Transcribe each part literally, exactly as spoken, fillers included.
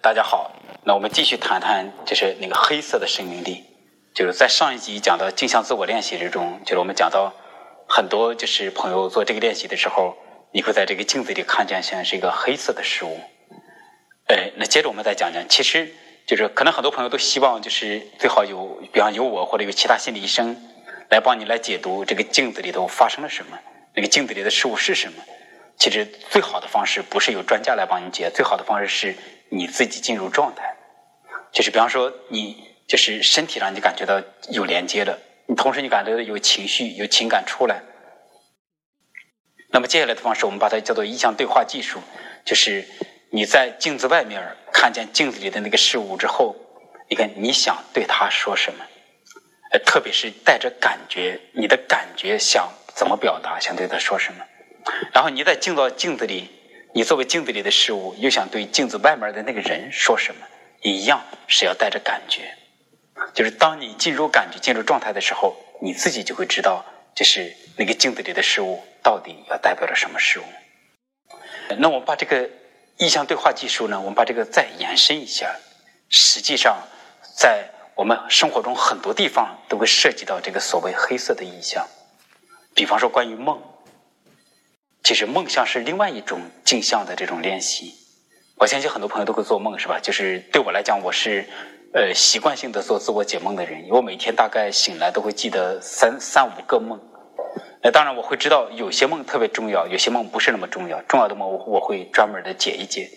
大家好。那我们继续谈谈就是那个黑色的生命力。就是在上一集讲到镜像自我练习之中，就是我们讲到很多就是朋友做这个练习的时候，你会在这个镜子里看见像是一个黑色的事物。呃，那接着我们再讲讲，其实就是可能很多朋友都希望就是最好有，比方有我或者有其他心理医生来帮你来解读这个镜子里头发生了什么，那个镜子里的事物是什么。其实最好的方式不是有专家来帮你解，最好的方式是你自己进入状态。就是比方说你就是身体上你感觉到有连接了，你同时你感觉到有情绪有情感出来。那么接下来的方式我们把它叫做意象对话技术，就是你在镜子外面看见镜子里的那个事物之后，你看你想对他说什么，呃，特别是带着感觉，你的感觉想怎么表达，想对他说什么。然后你再进到镜子里，你作为镜子里的事物又想对镜子外面的那个人说什么，一样是要带着感觉。就是当你进入感觉进入状态的时候，你自己就会知道就是那个镜子里的事物到底要代表着什么事物。那我们把这个意象对话技术呢，我们把这个再延伸一下，实际上在我们生活中很多地方都会涉及到这个所谓黑色的意象。比方说关于梦，其实梦象是另外一种镜像的这种练习。我相信很多朋友都会做梦，是吧？就是对我来讲，我是呃习惯性的做自我解梦的人，我每天大概醒来都会记得三三五个梦。那当然我会知道有些梦特别重要，有些梦不是那么重要，重要的梦我会专门的解一解。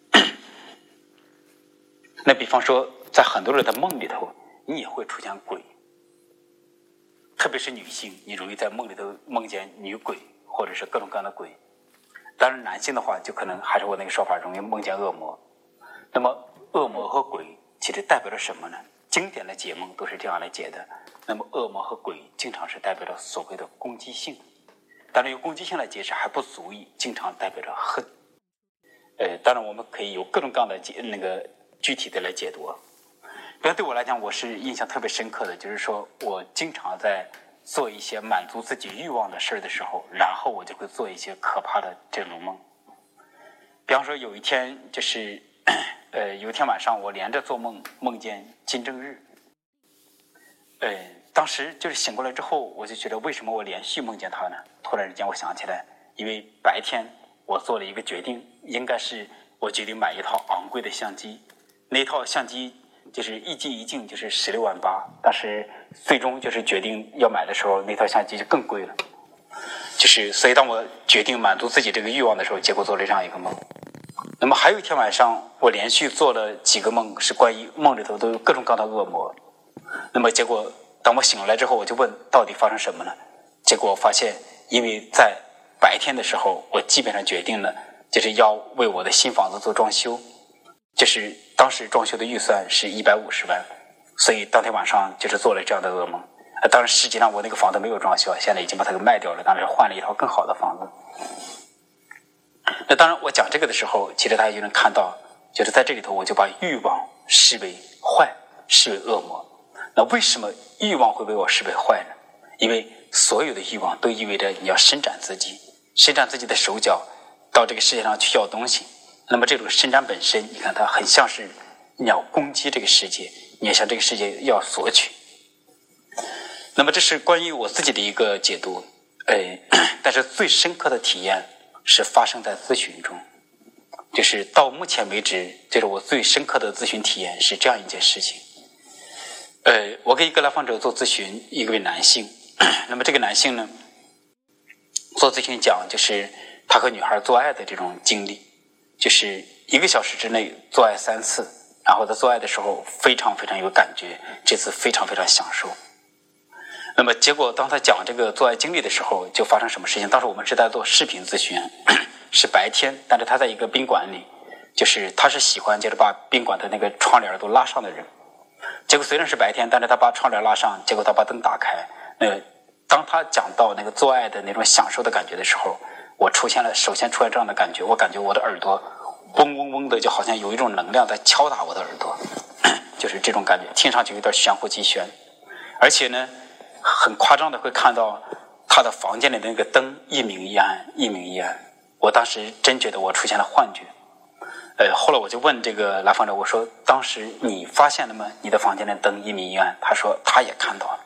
那比方说在很多人的梦里头，你也会出现鬼，特别是女性，你容易在梦里头梦见女鬼或者是各种各样的鬼。当然男性的话就可能还是我那个说法，容易梦见恶魔。那么恶魔和鬼其实代表着什么呢？经典的解梦都是这样来解的。那么恶魔和鬼经常是代表着所谓的攻击性，当然用攻击性来解释还不足以，经常代表着恨。呃，当然我们可以有各种各样的解那个具体的来解读。比如对我来讲，我是印象特别深刻的，就是说我经常在做一些满足自己欲望的事的时候，然后我就会做一些可怕的这种梦。比方说有一天就是呃，有一天晚上我连着做梦，梦见金正日。呃，当时就是醒过来之后，我就觉得为什么我连续梦见他呢？突然之间我想起来，因为白天我做了一个决定，应该是我决定买一套昂贵的相机，那套相机就是一机一镜就是十六万八，但是最终就是决定要买的时候，那套相机就更贵了。就是所以当我决定满足自己这个欲望的时候，结果做了这样一个梦。那么还有一天晚上，我连续做了几个梦，是关于梦里头都有各种各样的恶魔。那么结果当我醒来之后，我就问到底发生什么了。结果我发现，因为在白天的时候我基本上决定了就是要为我的新房子做装修，就是当时装修的预算是一百五十万，所以当天晚上就是做了这样的噩梦。当然实际上我那个房子没有装修，现在已经把它给卖掉了，当然换了一套更好的房子。那当然我讲这个的时候，其实大家就能看到，就是在这里头我就把欲望视为坏，视为恶魔。那为什么欲望会被我视为坏呢？因为所有的欲望都意味着你要伸展自己，伸展自己的手脚到这个世界上去要东西。那么这种伸展本身，你看它很像是你要攻击这个世界，你要向这个世界要索取。那么这是关于我自己的一个解读，呃，但是最深刻的体验是发生在咨询中。就是到目前为止，就是我最深刻的咨询体验是这样一件事情。呃，我给一个来访者做咨询，一位男性。那么这个男性呢，做咨询讲就是他和女孩做爱的这种经历，就是一个小时之内做爱三次，然后在做爱的时候非常非常有感觉，这次非常非常享受。那么结果当他讲这个做爱经历的时候，就发生什么事情？当时我们是在做视频咨询，是白天，但是他在一个宾馆里，就是他是喜欢就是把宾馆的那个窗帘都拉上的人。结果虽然是白天，但是他把窗帘拉上，结果他把灯打开。那当他讲到那个做爱的那种享受的感觉的时候，我出现了首先出现这样的感觉，我感觉我的耳朵嗡嗡嗡的，就好像有一种能量在敲打我的耳朵，就是这种感觉，听上去有点玄乎其玄。而且呢很夸张的会看到他的房间里的那个灯一明一暗一明一暗，我当时真觉得我出现了幻觉。 呃，后来我就问这个来访者，我说当时你发现了吗？你的房间的灯一明一暗。他说他也看到了。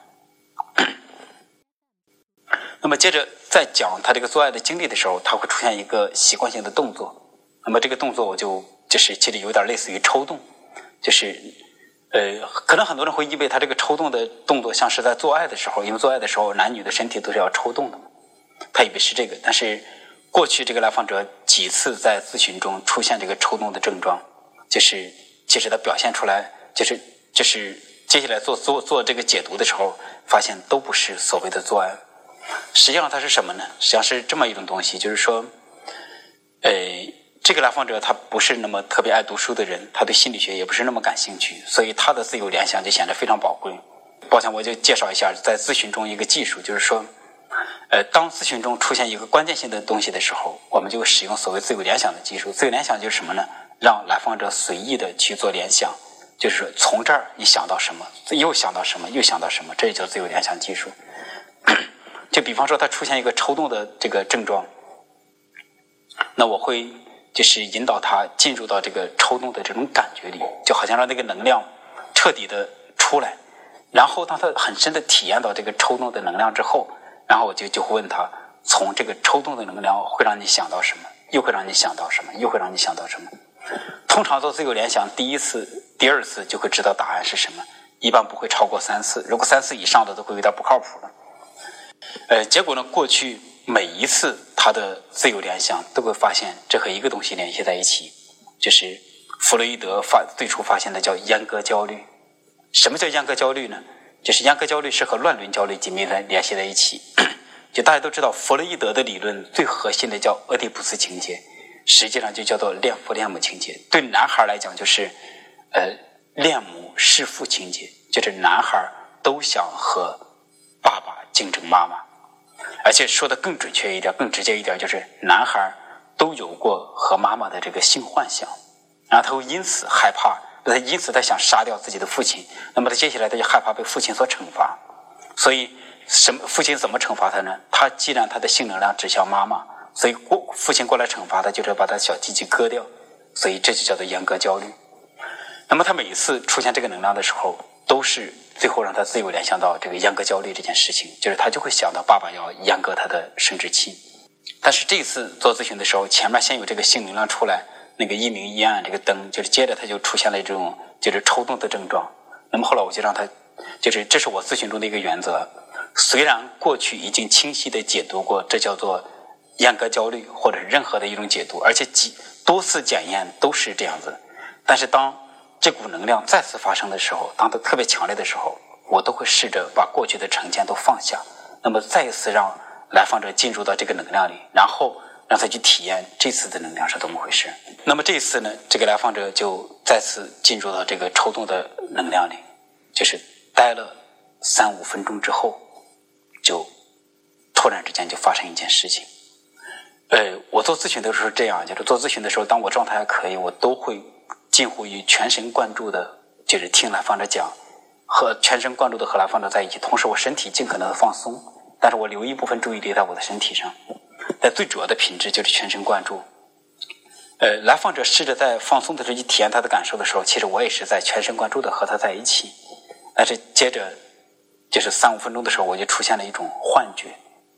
那么接着在讲他这个做爱的经历的时候，他会出现一个习惯性的动作。那么这个动作我就就是其实有点类似于抽动，就是呃，可能很多人会以为他这个抽动的动作像是在做爱的时候，因为做爱的时候男女的身体都是要抽动的，他以为是这个。但是过去这个来访者几次在咨询中出现这个抽动的症状，就是其实他表现出来，就是就是接下来做做做这个解读的时候，发现都不是所谓的做爱。实际上它是什么呢？实际上是这么一种东西，就是说，呃，这个来访者他不是那么特别爱读书的人，他对心理学也不是那么感兴趣，所以他的自由联想就显得非常宝贵。抱歉，我就介绍一下在咨询中一个技术，就是说。呃，当咨询中出现一个关键性的东西的时候，我们就使用所谓自由联想的技术。自由联想就是什么呢？让来访者随意的去做联想，就是从这儿你想到什么，又想到什么，又想到什么，这就叫自由联想技术。就比方说他出现一个抽动的这个症状，那我会就是引导他进入到这个抽动的这种感觉里，就好像让那个能量彻底的出来，然后当他很深的体验到这个抽动的能量之后，然后我就就会问他，从这个抽动的能量会让你想到什么，又会让你想到什么，又会让你想到什么。通常做自由联想，第一次、第二次就会知道答案是什么，一般不会超过三次。如果三次以上的都会有点不靠谱了。呃，结果呢，过去每一次他的自由联想都会发现这和一个东西联系在一起，就是弗洛伊德发最初发现的叫阉割焦虑。什么叫阉割焦虑呢？就是阉割焦虑是和乱伦焦虑紧密的联系在一起。就大家都知道弗洛伊德的理论最核心的叫俄狄浦斯情节，实际上就叫做恋父恋母情节。对男孩来讲就是呃恋母弑父情节，就是男孩都想和爸爸竞争妈妈。而且说的更准确一点，更直接一点，就是男孩都有过和妈妈的这个性幻想，然后他会因此害怕，他因此他想杀掉自己的父亲，那么他接下来他就害怕被父亲所惩罚。所以什么父亲怎么惩罚他呢？他既然他的性能量指向妈妈，所以过父亲过来惩罚他，就是把他小鸡鸡割掉，所以这就叫做阉割焦虑。那么他每一次出现这个能量的时候，都是最后让他自由联想到这个阉割焦虑这件事情，就是他就会想到爸爸要阉割他的生殖器。但是这一次做咨询的时候，前面先有这个性能量出来，那个一明一暗这个灯，就是接着他就出现了这种就是抽动的症状。那么后来我就让他，就是这是我咨询中的一个原则，虽然过去已经清晰的解读过这叫做阉割焦虑或者任何的一种解读，而且几多次检验都是这样子，但是当这股能量再次发生的时候，当它特别强烈的时候，我都会试着把过去的成见都放下，那么再一次让来访者进入到这个能量里，然后让他去体验这次的能量是怎么回事。那么这一次呢，这个来访者就再次进入到这个抽动的能量里，就是待了三五分钟之后，就突然之间就发生一件事情。呃，我做咨询的时候是这样，就是做咨询的时候，当我状态还可以，我都会近乎于全神贯注的，就是听来访者讲，和全神贯注的和来访者在一起，同时我身体尽可能的放松，但是我留一部分注意力在我的身体上，但最主要的品质就是全神贯注。呃，来访者试着在放松的时候去体验他的感受的时候，其实我也是在全神贯注的和他在一起，但是接着就是三五分钟的时候，我就出现了一种幻觉，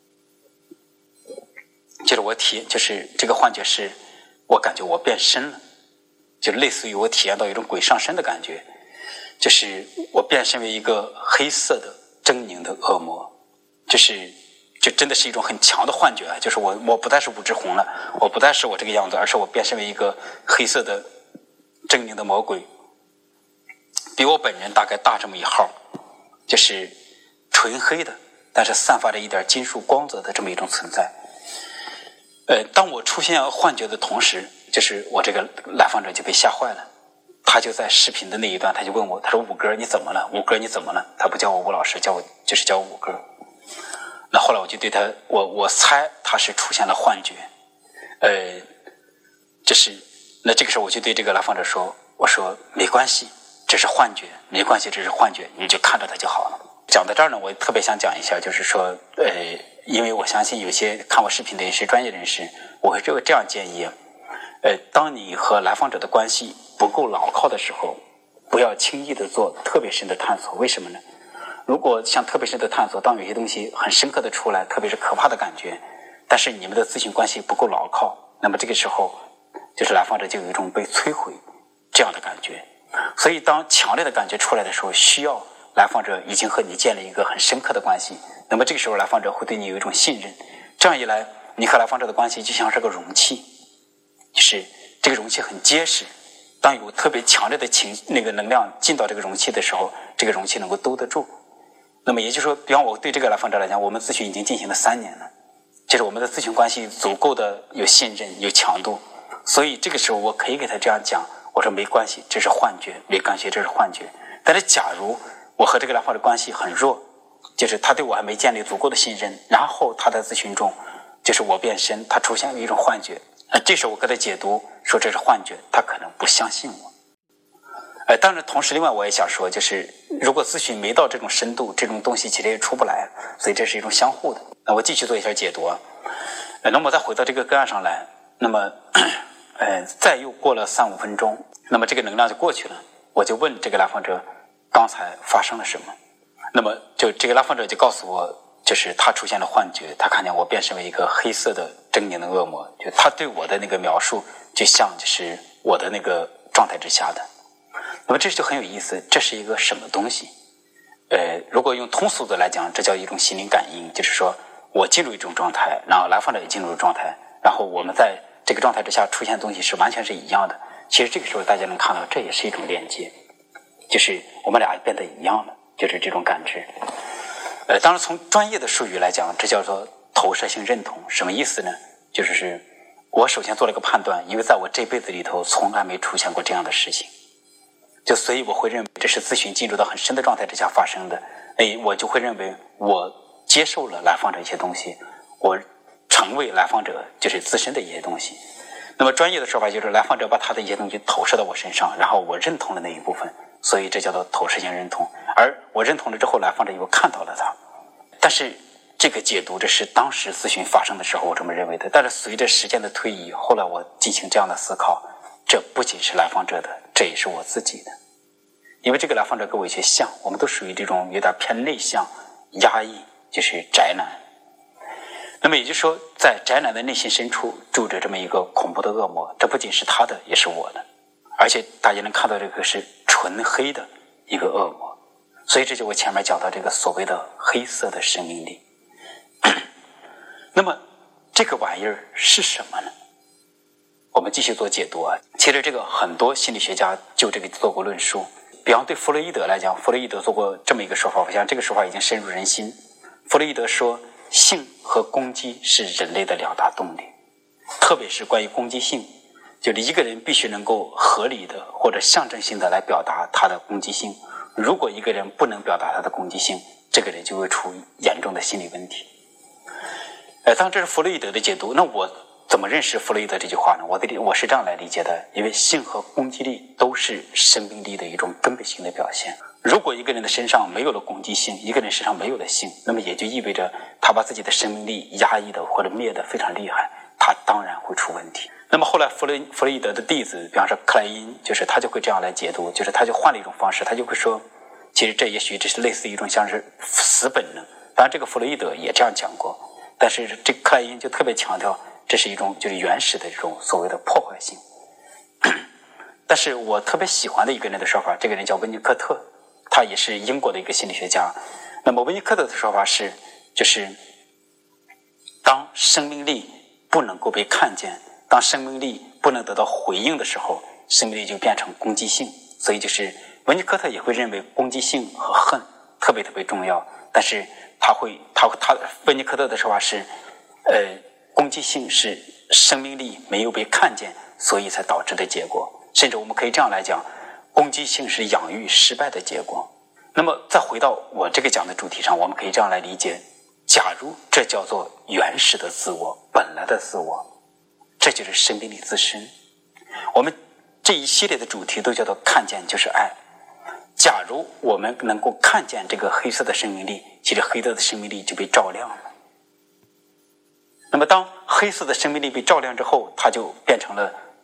就是我体就是这个幻觉是我感觉我变身了，就类似于我体验到一种鬼上身的感觉，就是我变身为一个黑色的狰狞的恶魔，就是就真的是一种很强的幻觉，就是我我不再是武志红了，我不再是我这个样子，而是我变身为一个黑色的狰狞的魔鬼，比我本人大概大这么一号，就是纯黑的，但是散发着一点金属光泽的这么一种存在。呃，当我出现幻觉的同时，就是我这个来访者就被吓坏了，他就在视频的那一段，他就问我，他说五哥你怎么了？五哥你怎么了？他不叫我吴老师，叫我就是叫我五哥。那后来我就对他，我我猜他是出现了幻觉，呃，这是那这个时候我就对这个来访者说，我说没关系，这是幻觉，没关系，这是幻觉，你就看着他就好了。讲到这儿呢，我特别想讲一下，就是说，呃，因为我相信有些看我视频的一些专业人士，我会这这样建议， 呃，当你和来访者的关系不够牢靠的时候，不要轻易的做特别深的探索。为什么呢？如果像特别深的探索，当有些东西很深刻的出来，特别是可怕的感觉，但是你们的咨询关系不够牢靠，那么这个时候就是来访者就有一种被摧毁这样的感觉。所以当强烈的感觉出来的时候，需要来访者已经和你建立一个很深刻的关系，那么这个时候来访者会对你有一种信任，这样一来，你和来访者的关系就像是个容器，就是这个容器很结实，当有特别强烈的情那个能量进到这个容器的时候，这个容器能够兜得住。那么也就是说，比方我对这个来访者来讲，我们咨询已经进行了三年了，就是我们的咨询关系足够的有信任有强度，所以这个时候我可以给他这样讲，我说没关系，这是幻觉，没关系，这是幻觉。但是假如我和这个来访者关系很弱，就是他对我还没建立足够的信任，然后他在咨询中就是我变身，他出现了一种幻觉，那这时候我给他解读说这是幻觉，他可能不相信我。呃，当然同时另外我也想说，就是如果咨询没到这种深度，这种东西其实也出不来，所以这是一种相互的。那我继续做一下解读啊。呃，那么再回到这个个案上来，那么呃，再又过了三五分钟，那么这个能量就过去了，我就问这个来访者刚才发生了什么。那么就这个来访者就告诉我，就是他出现了幻觉，他看见我变身为一个黑色的狰狞的恶魔，就他对我的那个描述就像就是我的那个状态之下的。那么这就很有意思，这是一个什么东西？呃，如果用通俗的来讲，这叫一种心灵感应，就是说我进入一种状态，然后来访者也进入状态，然后我们在这个状态之下出现的东西是完全是一样的。其实这个时候大家能看到，这也是一种连接，就是我们俩变得一样了，就是这种感知。呃，当然从专业的术语来讲，这叫做投射性认同。什么意思呢？就是我首先做了一个判断，因为在我这辈子里头从来没出现过这样的事情，就所以我会认为这是咨询进入到很深的状态之下发生的。哎，我就会认为我接受了来访者一些东西，我成为来访者就是自身的一些东西。那么专业的说法就是来访者把他的一些东西投射到我身上，然后我认同了那一部分，所以这叫做投射性认同。而我认同了之后，来访者又看到了他。但是这个解读这是当时咨询发生的时候我这么认为的，但是随着时间的推移，后来我进行这样的思考，这不仅是来访者的，这也是我自己的。因为这个来访者跟我有些像，我们都属于这种有点偏内向压抑，就是宅男。那么也就是说，在宅男的内心深处住着这么一个恐怖的恶魔，这不仅是他的，也是我的。而且大家能看到这个是纯黑的一个恶魔，所以这就我前面讲到这个所谓的黑色的生命力。那么这个玩意儿是什么呢？我们继续做解读啊。其实这个很多心理学家就这个做过论述，比方对弗洛伊德来讲，弗洛伊德做过这么一个说法，我想这个说法已经深入人心。弗洛伊德说，性和攻击是人类的两大动力，特别是关于攻击性，就是一个人必须能够合理的或者象征性的来表达他的攻击性。如果一个人不能表达他的攻击性，这个人就会出严重的心理问题。呃，当然这是弗洛伊德的解读，那我怎么认识弗洛伊德这句话呢？我的我是这样来理解的，因为性和攻击力都是生命力的一种根本性的表现。如果一个人的身上没有了攻击性，一个人身上没有了性，那么也就意味着他把自己的生命力压抑的或者灭的非常厉害，他当然会出问题。那么后来弗洛弗洛伊德的弟子，比方说克莱因，就是他就会这样来解读，就是他就换了一种方式，他就会说，其实这也许这是类似一种像是死本能。当然这个弗洛伊德也这样讲过，但是这个克莱因就特别强调这是一种就是原始的这种所谓的破坏性。但是我特别喜欢的一个人的说法，这个人叫温尼科特，他也是英国的一个心理学家。那么温尼科特的说法是，就是当生命力不能够被看见，当生命力不能得到回应的时候，生命力就变成攻击性。所以就是温尼科特也会认为攻击性和恨特别特别重要，但是他会他他温尼科特的说法是，呃，攻击性是生命力没有被看见，所以才导致的结果。甚至我们可以这样来讲，攻击性是养育失败的结果。那么再回到我这个讲的主题上，我们可以这样来理解，假如这叫做原始的自我，本来的自我，这就是生命力自身。我们这一系列的主题都叫做看见就是爱。假如我们能够看见这个黑色的生命力，其实黑色的生命力就被照亮了。那么当黑色的生命力被照亮之后，它就变成了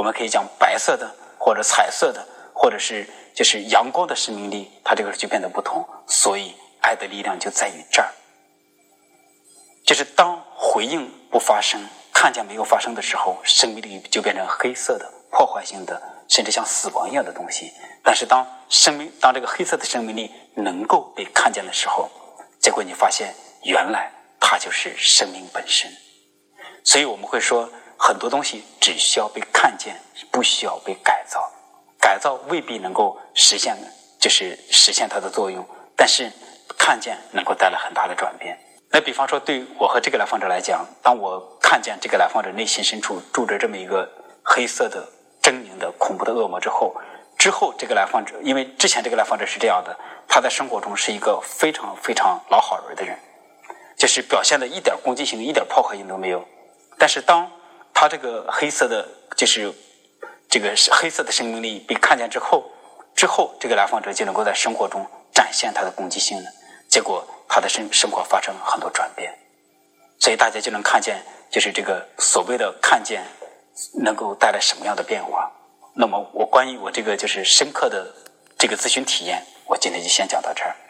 我们可以讲白色的或者彩色的，或者是就是阳光的生命力，它这个就变得不同。所以爱的力量就在于这儿，就是当回应不发生，看见没有发生的时候，生命力就变成黑色的、破坏性的，甚至像死亡一样的东西。但是当生命当这个黑色的生命力能够被看见的时候，结果你发现原来它就是生命本身。所以我们会说，很多东西只需要被看见，不需要被改造。改造未必能够实现，就是实现它的作用，但是看见能够带来很大的转变。那比方说对我和这个来访者来讲，当我看见这个来访者内心深处住着这么一个黑色的狰狞的恐怖的恶魔之后，之后这个来访者，因为之前这个来访者是这样的，他在生活中是一个非常非常老好人的人，就是表现的一点攻击性一点破坏性都没有。但是当他这个黑色的就是这个黑色的生命力被看见之后之后这个来访者就能够在生活中展现他的攻击性了，结果他的生生活发生很多转变。所以大家就能看见，就是这个所谓的看见能够带来什么样的变化。那么我关于我这个就是深刻的这个咨询体验，我今天就先讲到这儿。